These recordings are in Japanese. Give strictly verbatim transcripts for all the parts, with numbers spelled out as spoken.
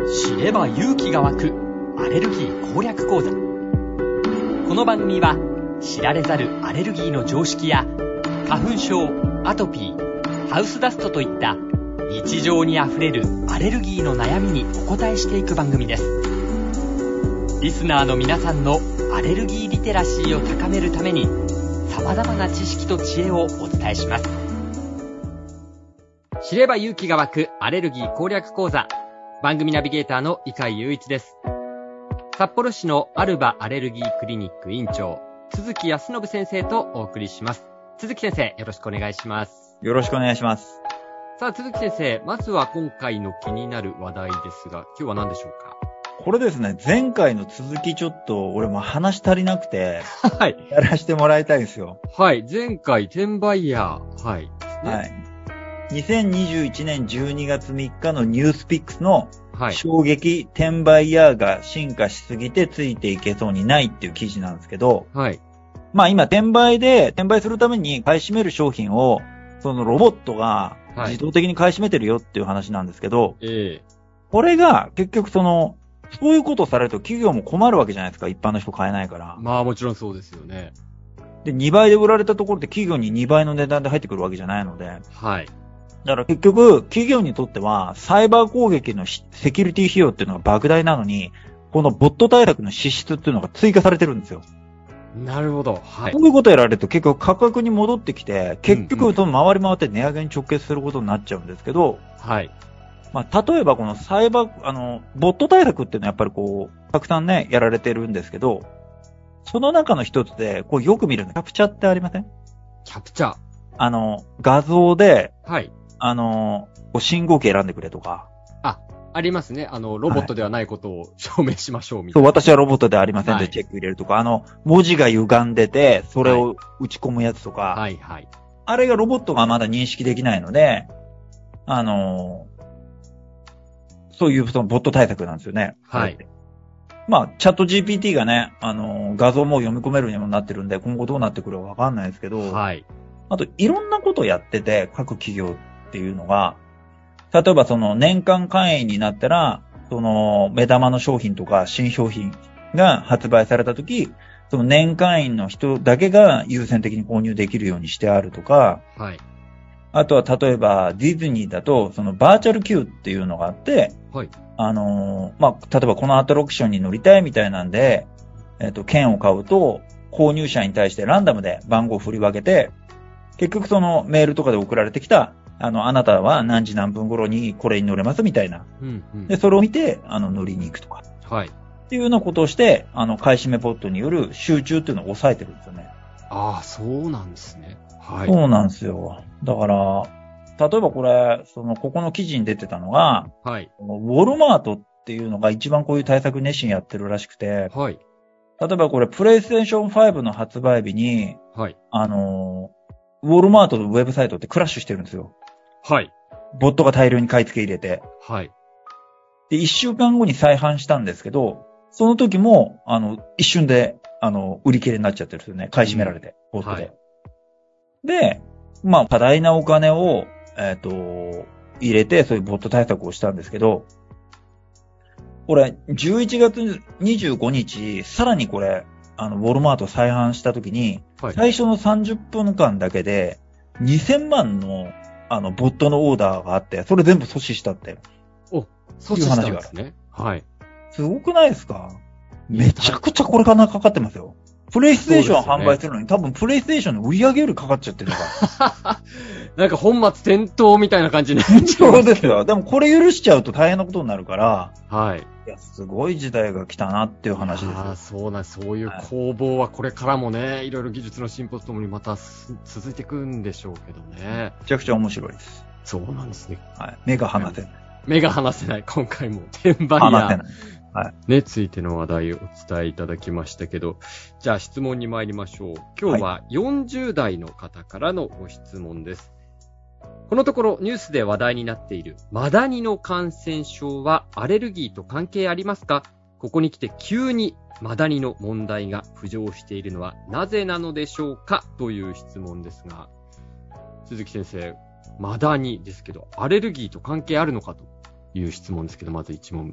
知れば勇気が湧くアレルギー攻略講座。この番組は知られざるアレルギーの常識や花粉症、アトピー、ハウスダストといった日常にあふれるアレルギーの悩みにお答えしていく番組です。リスナーの皆さんのアレルギーリテラシーを高めるために様々な知識と知恵をお伝えします。知れば勇気が湧くアレルギー攻略講座、番組ナビゲーターの伊海雄一です。札幌市のアルバアレルギークリニック院長、鈴木康信先生とお送りします。鈴木先生、よろしくお願いします。 よろしくお願いします。 さあ、鈴木先生、まずは今回の気になる話題ですが、今日は何でしょうか？ これですね、前回の続きちょっと俺も話足りなくて、 はい。 やらせてもらいたいんですよ。 はい。前回、転売ヤー。はい。ね、 はい。にせんにじゅういちねんじゅうにがつみっかのニュースピックスの衝撃、転売ヤーが進化しすぎてついていけそうにないっていう記事なんですけど、 はい。 まあ今転売で、転売するために買い占める商品を、そのロボットが自動的に買い占めてるよっていう話なんですけど、 ええ。 これが結局その、そういうことをされると企業も困るわけじゃないですか、一般の人買えないから。 まあもちろんそうですよね。 で、にばいで売られたところで企業ににばいの値段で入ってくるわけじゃないので。 はい。 だから結局、企業にとっては、サイバー攻撃のセキュリティ費用っていうのが莫大なのに、このボット対策の支出っていうのが追加されてるんですよ。 なるほど。はい。 こういうことをやられると結局価格に戻ってきて、結局その回り回って値上げに直結することになっちゃうんですけど、 はい。 まあ、例えばこのサイバー、あの、ボット対策っていうのはやっぱりこう、たくさんね、やられてるんですけど、その中の一つで、こうよく見るの、キャプチャってありません？ キャプチャー。 あの、画像で、 はい。 あの、こう信号機選んでくれとか。 あ、ありますね。あの、ロボットではないことを証明しましょうみたそう、 いな。 私はロボットではありませんでチェック入れるとか、はい、あの、文字が歪んでて、それを打ち込むやつとか。 はいはい。 あれがロボットがまだ認識できないので、あの、そういうそのボット対策なんですよね。 はい。 まあ、チャット ジーピーティー がね、あの、画像も読み込めるようにもなってるんで、今後どうなってくるかわかんないですけど、 はい。 あと、いろんなことをやってて、各企業っていうのが、例えばその年間会員になったら、その目玉の商品とか新商品が発売されたとき、その年会員の人だけが優先的に購入できるようにしてあるとか、 はい。 あとは例えばディズニーだと、そのバーチャル Q っていうのがあって、 はい。 あのー、まあ、例えばこのアトラクションに乗りたいみたいなんで、えっと、券を買うと、購入者に対してランダムで番号を振り分けて、結局そのメールとかで送られてきた、あの、あなたは何時何分頃にこれに乗れますみたいな。 うんうん、 で、それを見て、あの、乗りに行くとか。 はい。 っていうようなことをして、あの、買い占めボットによる集中っていうのを抑えてるんですよね。 ああ、そうなんですね。はい。 そうなんですよ。だから、例えばこれ、その、ここの記事に出てたのが、 はい。 ウォルマートっていうのが一番こういう対策熱心やってるらしくて、 はい。 例えばこれ、プレイステーションファイブの発売日に、 はい。 あの、ウォルマートのウェブサイトってクラッシュしてるんですよ。 はい。 ボットが大量に買い付け入れて。 はい。 で、一週間後に再販したんですけど、その時も、あの、一瞬で、あの、売り切れになっちゃってるんですよね。買い占められて、ボットで、はい。で、まあ、多大なお金を、えっと、入れて、そういうボット対策をしたんですけど、これ、じゅういちがつにじゅうごにち、さらにこれ、あの、ウォルマート再販した時に、はい、最初のさんじゅっぷんかんだけで、にせんまんの、あの、ボットのオーダーがあって、それ全部阻止したって。 お、阻止したんですね。はい。 すごくないですか？めちゃくちゃこれからかかってますよ。プレイステーション販売するのに、ね、多分プレイステーションの売り上げよりかかっちゃってるから。 なんか本末転倒みたいな感じになっちゃいますけど。 そうですよ。でもこれ許しちゃうと大変なことになるから。 はい。 いや、すごい時代が来たなっていう話ですよ。 ああ、そうなん、そういう攻防はこれからもね、はい、いろいろ技術の進歩とともにまた続いていくんでしょうけどね。 めちゃくちゃ面白いです。 そうなんですね。 はい。目が離せない。 目が離せない。今回も転売や。 離せない。はい。 ね、ついての話題をお伝えいただきましたけど、じゃあ質問に参りましょう。今日はよんじゅうだいの方からのご質問です。はい、このところニュースで話題になっているマダニの感染症はアレルギーと関係ありますか？ここに来て急にマダニの問題が浮上しているのはなぜなのでしょうか？という質問ですが、鈴木先生、マダニですけど、アレルギーと関係あるのかという質問ですけど、まずいち問目。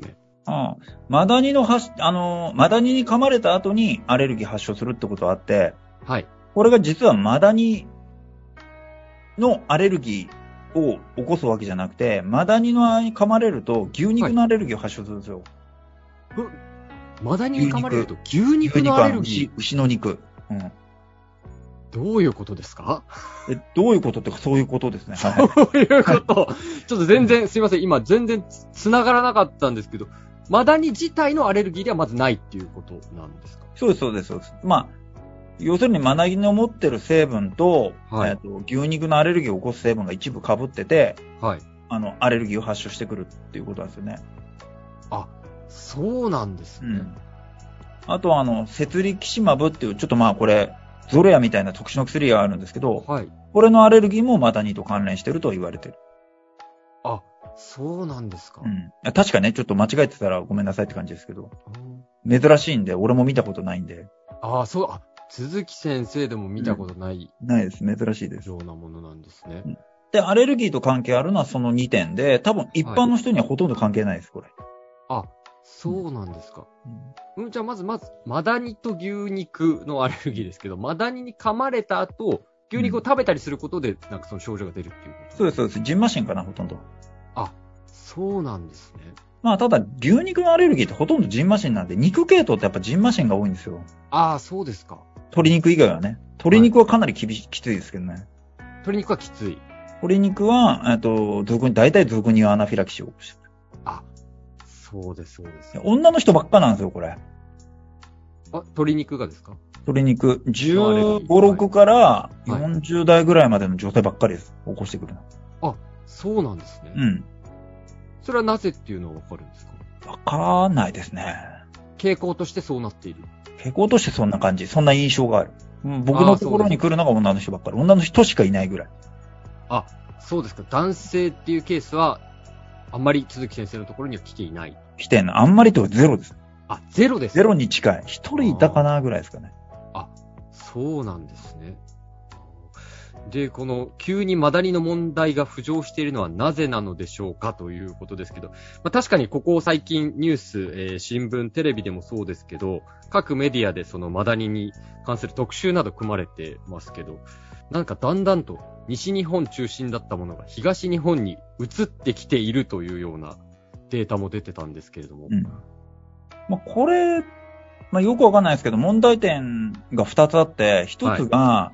ああ、マダニの発、あの、マダニに噛まれた後にアレルギー発症するってことはあって、 はい。 これが実はマダニのアレルギーを起こすわけじゃなくて、マダニの噛まれると牛肉のアレルギーを発症するんですよ。 はい、マダニに噛まれると牛肉のアレルギー？ 牛肉、牛の肉。うん。 どういうことですか？ え、どういうことってそういうことですね。はい。 そういうこと。はい、ちょっと全然、すいません。今全然つながらなかったんですけど、マダニ自体のアレルギーではまずないっていうことなんですか？ そうです、そうです、そうです。まあ、要するにマダニの持ってる成分と、 はい、 えっと、牛肉のアレルギーを起こす成分が一部被ってて、 はい。 あの、アレルギーを発症してくるっていうことなんですよね。 あ、そうなんですね。うん。 あとは、あの、セツリキシマブっていう、ちょっとまあこれ、ゾレアみたいな特殊な薬があるんですけど、はい。これのアレルギーもマダニと関連してると言われてる。 あ、そうなんですか。 うん。確かね、ちょっと間違えてたらごめんなさいって感じですけど。珍しいんで、俺も見たことないんで。 ああ、そう、あ、鈴木先生でも見たことない、 うん。ないです。珍しいです。 ようなものなんですね。 で、アレルギーと関係あるのはそのにてんで、多分一般の人にはほとんど関係ないです、これ。 あ、そうなんですか。うん、うん、じゃあまずまず、マダニと牛肉のアレルギーですけど、マダニに噛まれた後、牛肉を食べたりすることで、なんかその症状が出るっていうこと、うん、 そうです、そうです。ジンマシンかな、ほとんど。 あ、そうなんですね。 まあ、ただ、牛肉のアレルギーってほとんどジンマシンなんで、肉系統ってやっぱジンマシンが多いんですよ。 ああ、そうですか。 鶏肉以外はね。鶏肉はかなり厳し、はい、きついですけどね。 鶏肉はきつい。 鶏肉は、えっと、俗に、大体俗にアナフィラキシーを起こしてる。 あ、そうです、そうです。 女の人ばっかなんですよ、これ。あ、 鶏肉がですか？ 鶏肉。じゅうご、ろくからよんじゅう代ぐらいまでの女性ばっかりです。起こしてくるの。 あ、そうなんですね。 うん。 それはなぜっていうのはわかるんですか？ わかんないですね。 傾向としてそうなっている。 傾向としてそんな感じ。そんな印象がある。僕のところに来るのが女の人ばっかり。女の人しかいないぐらい。 あ、そうですか。男性っていうケースは、あんまり鈴木先生のところには来ていない。 来てんの。あんまりとはゼロです。 あ、ゼロです。 ゼロに近い。一人いたかなぐらいですかね。 あ、そうなんですね。で、この急にマダニの問題が浮上しているのはなぜなのでしょうかということですけど、まあ、確かにここ最近ニュース、えー、新聞、テレビでもそうですけど、各メディアでそのマダニに関する特集など組まれてますけど、なんかだんだんと西日本中心だったものが東日本に移ってきているというようなデータも出てたんですけれども。 うん。まあ、これ、まあ、よくわかんないですけど、問題点が二つあって、一つが、はい、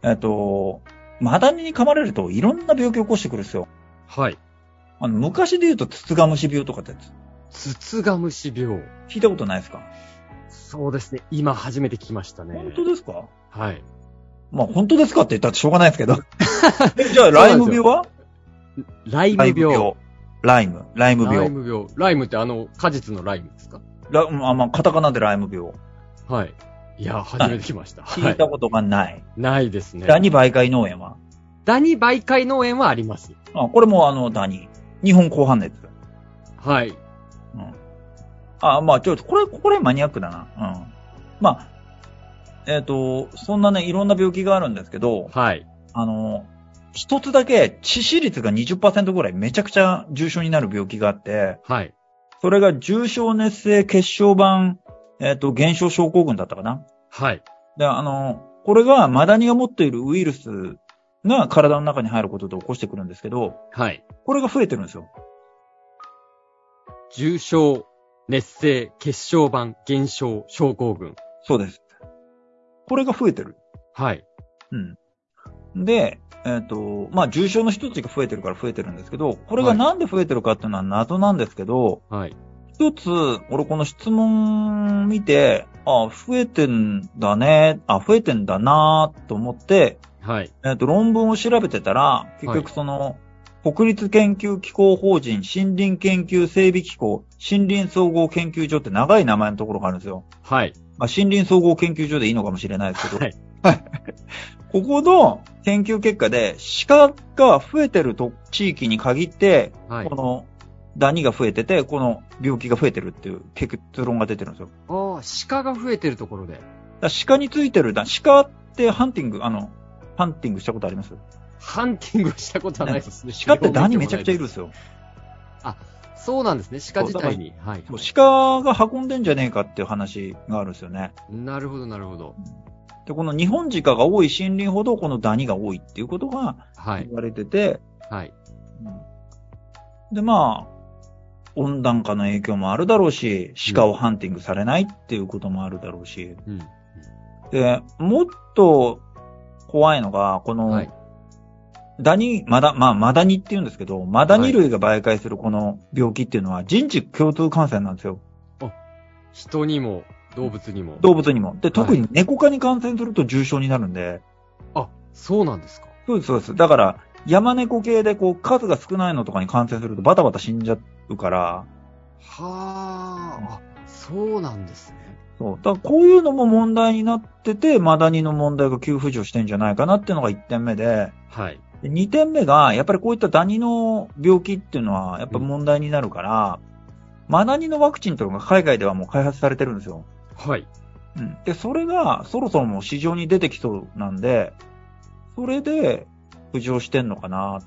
えっと、マダニに噛まれるといろんな病気を起こしてくるんですよ。 はい。 あの、昔で言うと、ツツガムシ病とかってやつ。ツツガムシ病。 聞いたことないですか？ そうですね。今初めて聞きましたね。 本当ですか？ はい。 まあ、本当ですかって言ったらしょうがないですけど。じゃあ、ライム病は？ ライム病。 ライム。ライム病。 ライム病。ライムってあの、果実のライムですか？ ラ、あ、まあ、カタカナでライム病。 はい。いや、初めて来ました。 聞いたことがない。はい、 ないですね。 ダニ媒介脳炎は？ ダニ媒介脳炎はあります。 あ、これもあの、ダニ。日本紅斑熱。 はい。 うん。あ、まあ、ちょっと、これ、これマニアックだな。うん。まあ、えっと、そんなね、いろんな病気があるんですけど、 はい。 あの、一つだけ致死率が にじゅっパーセント ぐらいめちゃくちゃ重症になる病気があって、 はい。それが重症熱性血小板、えっと、減少症候群だったかな。 はい。 で、あの、これがマダニが持っているウイルスが体の中に入ることで起こしてくるんですけど、 はい。 これが増えてるんですよ。 重症熱性血小板減少症候群。 そうです。これが増えてる。 はい。 うん。で、えっと、まあ、重症の人たちが増えてるから増えてるんですけど、これがなんで増えてるかっていうのは謎なんですけど、 はい。 一つ、俺この質問見て、あ、増えてんだね、あ、増えてんだなと思って、 はい。 えっと、論文を調べてたら、結局その、はい、国立研究機構法人森林研究整備機構森林総合研究所って長い名前のところがあるんですよ。 はい。 まあ、森林総合研究所でいいのかもしれないですけど、 はい。 はい。ここの研究結果で鹿が増えてると地域に限って、はい、このダニが増えてて、この病気が増えてるっていう結論が出てるんですよ。 ああ、鹿が増えてるところで。 だ鹿についてるダニ、鹿ってハンティング、あの、ハンティングしたことあります？ ハンティングしたことはないですね。 鹿ってダニめちゃくちゃいるんですよ。 あ、 そうなんですね。鹿自体に。はい。 鹿が運んでんじゃねえかっていう話があるんですよね。 なるほど、なるほど。 で、この日本鹿が多い森林ほどこのダニが多いっていうことが言われてて、 はい。はい。 うん、で、まあ、温暖化の影響もあるだろうし、鹿をハンティングされないっていうこともあるだろうし。うん、で、もっと怖いのが、この、ダニ、マダ、まあ、マダニって言うんですけど、マダニ類が媒介するこの病気っていうのは人畜共通感染なんですよ。 あ、人にも動物にも。 動物にも。で、特に猫科に感染すると重症になるんで。 はい、あ、そうなんですか。 そうです、そうです。だから、山猫系でこう数が少ないのとかに感染するとバタバタ死んじゃうから。はあ、そうなんですね。 そう。だからこういうのも問題になってて、マダニの問題が急浮上してんじゃないかなっていうのがいってんめで。はい。でにてんめが、やっぱりこういったダニの病気っていうのはやっぱ問題になるから、うん、マダニのワクチンというのが海外ではもう開発されてるんですよ。はい。うん。で、それがそろそろもう市場に出てきそうなんで、それで浮上してんのかなって。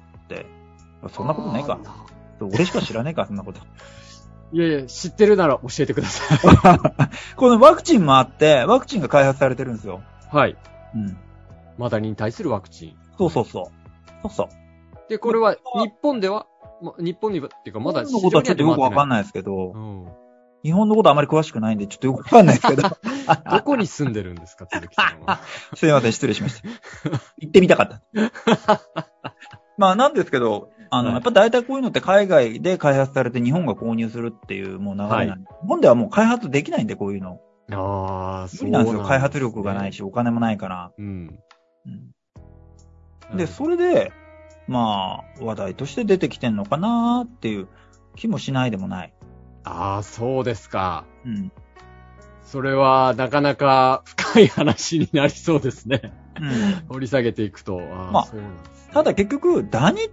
そんなことないか。俺しか知らねえか、そんなこと。 いやいや、知ってるなら教えてください。 このワクチンもあって、ワクチンが開発されてるんですよ。 はい。うん。マダニに対するワクチン。 そうそうそう。そうそう。 で、これは、日本では、ま、日本には、っていうか、まだ日本のことはちょっとよくわかんないですけど、うん、日本のことあまり詳しくないんで、ちょっとよくわかんないですけど。 どこに住んでるんですか、鈴木さんは。 すいません、失礼しました。行ってみたかった。まあ、なんですけど、あの、はい、やっぱ大体こういうのって海外で開発されて日本が購入するっていうもう流れなんで、はい、日本ではもう開発できないんで、こういうの。ああ、そうなんですよ。開発力がないし、お金もないから。うん。うん、で、それで、まあ、話題として出てきてんのかなーっていう気もしないでもない。 ああ、そうですか。うん。それは、なかなか深い話になりそうですね。うん。掘り下げていくと。あまあ、そうなんですね、ただ結局、ダニって、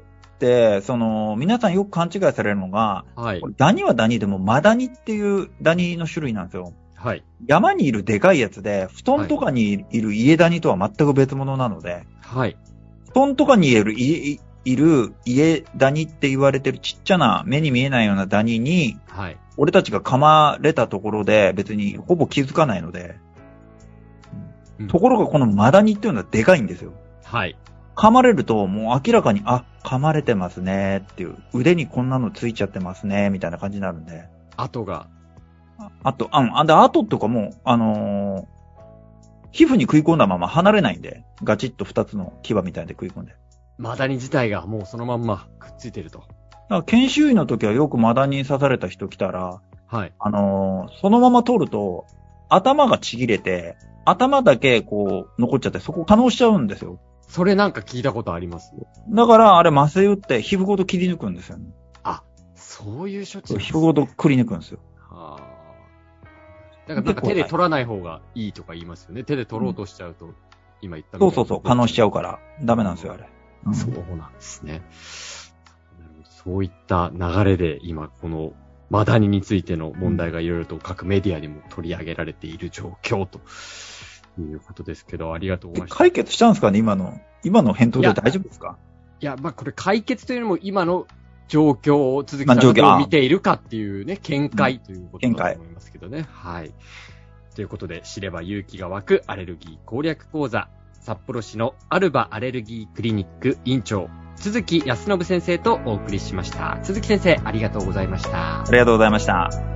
その、皆さんよく勘違いされるのが、はい。ダニはダニでも、マダニっていうダニの種類なんですよ。はい。山にいるでかいやつで、布団とかにいる家ダニとは全く別物なので、はい。布団とかにいる家、いる家ダニって言われてるちっちゃな目に見えないようなダニに、はい。俺たちが噛まれたところで別にほぼ気づかないので、うん、ところがこのマダニっていうのはでかいんですよ。はい。噛まれるともう明らかに、あ、噛まれてますねっていう、腕にこんなのついちゃってますねみたいな感じになるんで。 跡が。 あと、あ、あ、で、跡とかも、あのー、皮膚に食い込んだまま離れないんで、ガチッと二つの牙みたいで食い込んで。 マダニ自体がもうそのまんまくっついてると。 だから研修医の時はよくマダニに刺された人来たら、はい。あのー、そのまま取ると、頭がちぎれて、頭だけこう残っちゃって、そこ可能しちゃうんですよ。 それなんか聞いたことあります。 だからあれ麻酔打って皮膚ごと切り抜くんですよね。 あ、そういう処置。 皮膚ごとくり抜くんですよ。はあ。 だからなんか手で取らない方がいいとか言いますよね。手で取ろうとしちゃうと、うん、今言ったみたいな。そうそうそう、可能しちゃうからダメなんですよ、あれ。 うん、そうなんですね。なるほど。そういった流れで今このマダニについての問題がいろいろと各メディアでも取り上げられている状況ということですけど、ありがとうございます。 解決したんですかね、今の。今の返答で大丈夫ですか？ いや、いやまあこれ解決というよりも今の状況を続きさんがどう見ているかっていうね、見解ということだと思いますけどね。はい。ということで、知れば勇気が湧くアレルギー攻略講座、札幌市のアルバアレルギークリニック院長、鈴木康信先生とお送りしました。鈴木先生、ありがとうございました。 ありがとうございました。